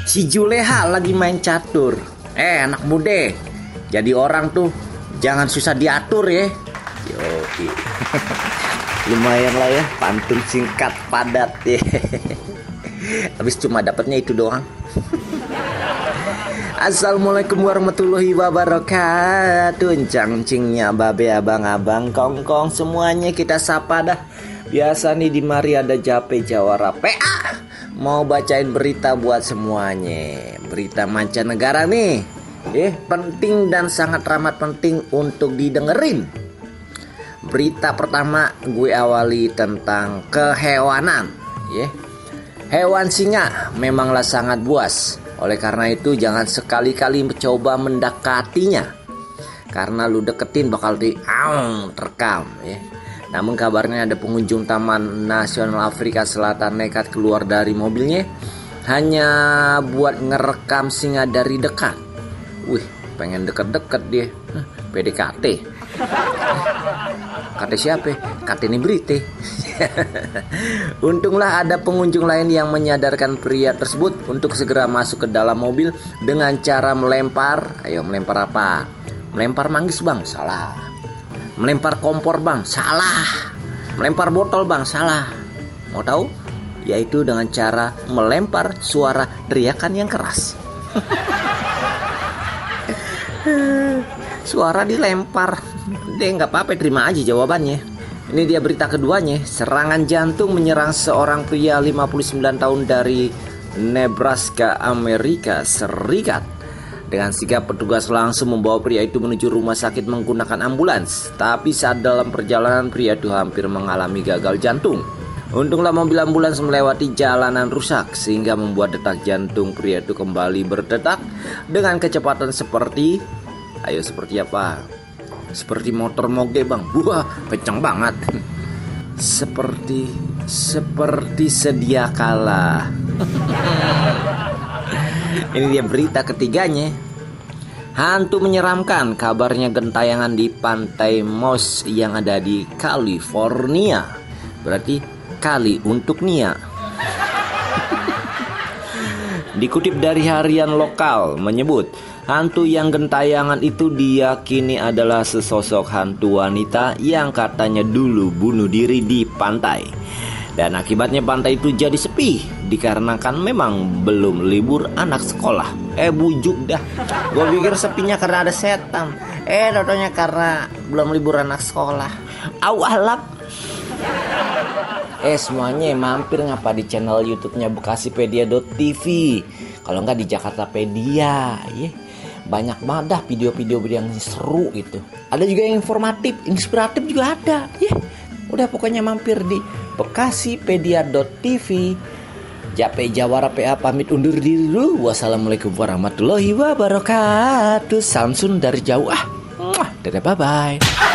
Si Juleha lagi main catur. Anak muda, jadi orang tuh jangan susah diatur ya. Yoki. Lumayan lah ya, pantun singkat padat ya. Habis cuma dapatnya itu doang. Assalamualaikum warahmatullahi wabarakatuh. Encang-encingnya babe, abang-abang, kongkong, semuanya kita sapa dah. Biasa nih di mari ada Jape Jawara PA. Mau bacain berita buat semuanya. Berita mancanegara nih. Penting dan sangat amat penting untuk didengerin. Berita pertama gue awali tentang kehewanan. Hewan singa memanglah sangat buas. Oleh karena itu jangan sekali-kali mencoba mendekatinya. Karena lu deketin bakal terekam ya. Namun kabarnya ada pengunjung Taman Nasional Afrika Selatan nekat keluar dari mobilnya hanya buat ngerekam singa dari dekat. Wih, pengen deket-deket dia. PDKT. Kata siapa? Kata ini berita. Untunglah ada pengunjung lain yang menyadarkan pria tersebut untuk segera masuk ke dalam mobil dengan cara melempar. Ayo melempar apa? Melempar manggis bang, salah. Melempar kompor bang, salah. Melempar botol bang, salah. Mau tahu? Yaitu dengan cara melempar suara teriakan yang keras. Suara dilempar. Deh nggak apa-apa, terima aja jawabannya. Ini dia berita keduanya. Serangan jantung menyerang seorang pria 59 tahun dari Nebraska, Amerika Serikat. Dengan sigap petugas langsung membawa pria itu menuju rumah sakit menggunakan ambulans. Tapi saat dalam perjalanan pria itu hampir mengalami gagal jantung. Untunglah mobil ambulans melewati jalanan rusak sehingga membuat detak jantung pria itu kembali berdetak dengan kecepatan seperti apa? Seperti motor moge bang. Wah, kenceng banget. Seperti sedia kala. Ini dia berita ketiganya. Hantu menyeramkan, kabarnya gentayangan di pantai Moss yang ada di California. Berarti kali untuk Nia. Dikutip dari harian lokal menyebut, hantu yang gentayangan itu diyakini adalah sesosok hantu wanita yang katanya dulu bunuh diri di pantai. Dan akibatnya pantai itu jadi sepi dikarenakan memang belum libur anak sekolah. Bujuk dah. Gue pikir sepinya karena ada setan. Totonya karena belum libur anak sekolah. Alap. Semuanya mampir ngapa di channel YouTube-nya Bekasipedia.tv. Kalau nggak di Jakartapedia, banyak banget dah video-video yang seru itu. Ada juga yang informatif, inspiratif juga ada. Udah pokoknya mampir di Bekasipedia.tv. Jape Jawara PA pamit undur diri dulu. Wassalamualaikum warahmatullahi wabarakatuh. Salam sun dari jauh. Dadah, bye bye.